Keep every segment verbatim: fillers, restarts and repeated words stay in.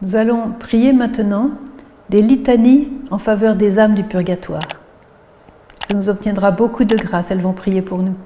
Nous allons prier maintenant des litanies en faveur des âmes du purgatoire. Ça nous obtiendra beaucoup de grâce, elles vont prier pour nous.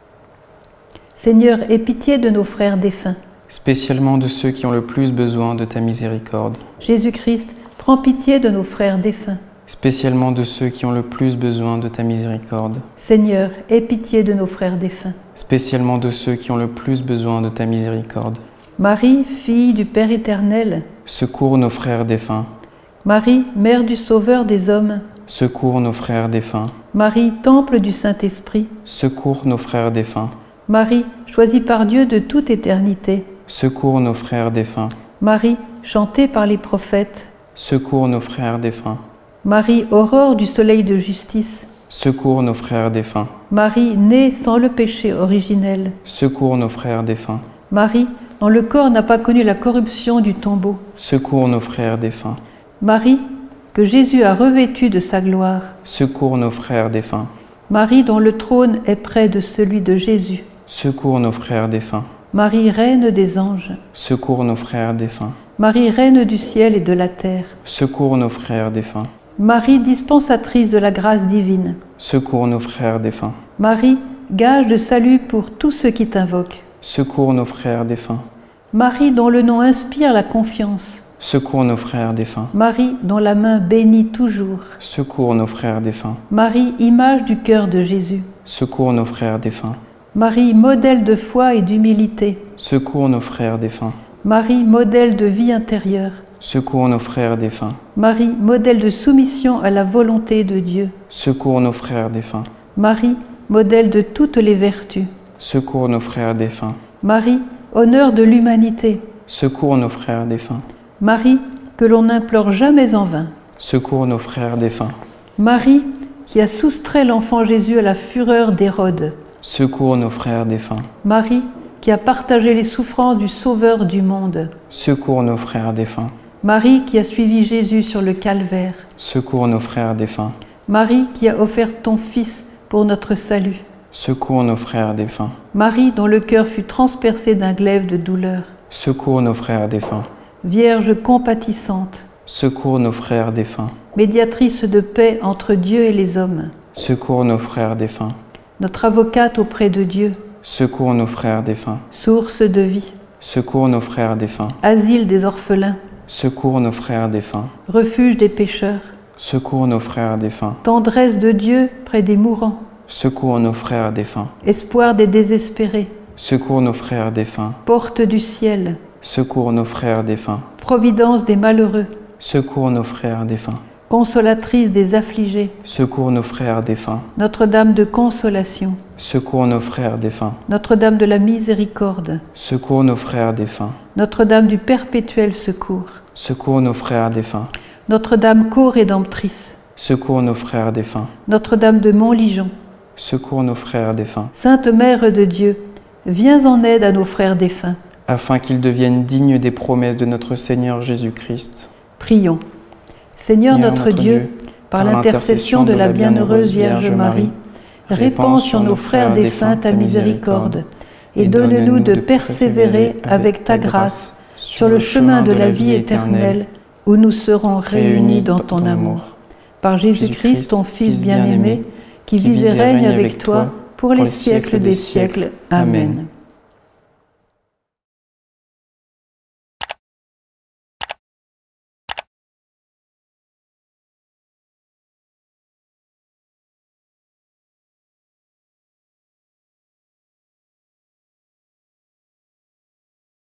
Seigneur, aie pitié de nos frères défunts. Spécialement de ceux qui ont le plus besoin de ta miséricorde. Jésus-Christ, prends pitié de nos frères défunts. Spécialement de ceux qui ont le plus besoin de ta miséricorde. Seigneur, aie pitié de nos frères défunts. Spécialement de ceux qui ont le plus besoin de ta miséricorde. Marie, fille du Père éternel. Secours nos frères défunts. Marie, mère du Sauveur des hommes. Secours nos frères défunts. Marie, temple du Saint-Esprit. Secours nos frères défunts. Marie, choisie par Dieu de toute éternité. Secours nos frères défunts. Marie, chantée par les prophètes. Secours nos frères défunts. Marie, aurore du soleil de justice. Secours nos frères défunts. Marie, née sans le péché originel. Secours nos frères défunts. Marie, dont le corps n'a pas connu la corruption du tombeau. Secours nos frères défunts. Marie, que Jésus a revêtue de sa gloire. Secours nos frères défunts. Marie, dont le trône est près de celui de Jésus. Secours nos frères défunts. Marie, reine des anges. Secours nos frères défunts. Marie, reine du ciel et de la terre. Secours nos frères défunts. Marie, dispensatrice de la grâce divine. Secours nos frères défunts. Marie, gage de salut pour tous ceux qui t'invoquent. Secours nos frères défunts. Marie, dont le nom inspire la confiance. Secours nos frères défunts. Marie, dont la main bénit toujours. Secours nos frères défunts. Marie, image du cœur de Jésus. Secours nos frères défunts. Marie, modèle de foi et d'humilité. Secours nos frères défunts. Marie, modèle de vie intérieure. Secours nos frères défunts. Marie, modèle de soumission à la volonté de Dieu. Secours nos frères défunts. Marie, modèle de toutes les vertus. Secours nos frères défunts. Marie, honneur de l'humanité. Secours nos frères défunts. Marie, que l'on n'implore jamais en vain. Secours nos frères défunts. Marie, qui a soustrait l'enfant Jésus à la fureur d'Hérode. Secours nos frères défunts. Marie, qui a partagé les souffrances du Sauveur du monde. Secours nos frères défunts. Marie, qui a suivi Jésus sur le calvaire. Secours nos frères défunts. Marie, qui a offert ton Fils pour notre salut. Secours nos frères défunts. Marie, dont le cœur fut transpercé d'un glaive de douleur. Secours nos frères défunts. Vierge compatissante. Secours nos frères défunts. Médiatrice de paix entre Dieu et les hommes. Secours nos frères défunts. Notre avocate auprès de Dieu. Secours nos frères défunts. Source de vie. Secours nos frères défunts. Asile des orphelins. Secours nos frères défunts. Refuge des pécheurs. Secours nos frères défunts. Tendresse de Dieu près des mourants. Secours nos frères défunts. Espoir des désespérés. Secours nos frères défunts. Porte du ciel. Secours nos frères défunts. Providence des malheureux. Secours nos frères défunts. Consolatrice des affligés. Secours nos frères défunts. Notre-Dame de consolation. Secours nos frères défunts. Notre-Dame de la miséricorde. Secours nos frères défunts. Notre-Dame du perpétuel secours. Secours nos frères défunts. Notre-Dame co-rédemptrice. Secours nos frères défunts. Notre-Dame de Montligeon. Secours nos frères défunts. Sainte Mère de Dieu, viens en aide à nos frères défunts. Afin qu'ils deviennent dignes des promesses de notre Seigneur Jésus-Christ. Prions. Seigneur Seigneur notre Dieu, par l'intercession de la bienheureuse Vierge Marie, répands sur nos frères défunts ta miséricorde, et donne-nous de persévérer avec ta grâce sur le chemin de la vie éternelle, où nous serons réunis dans ton amour. Par Jésus-Christ, ton Fils bien-aimé, qui vit et règne avec toi pour les siècles des siècles. Amen.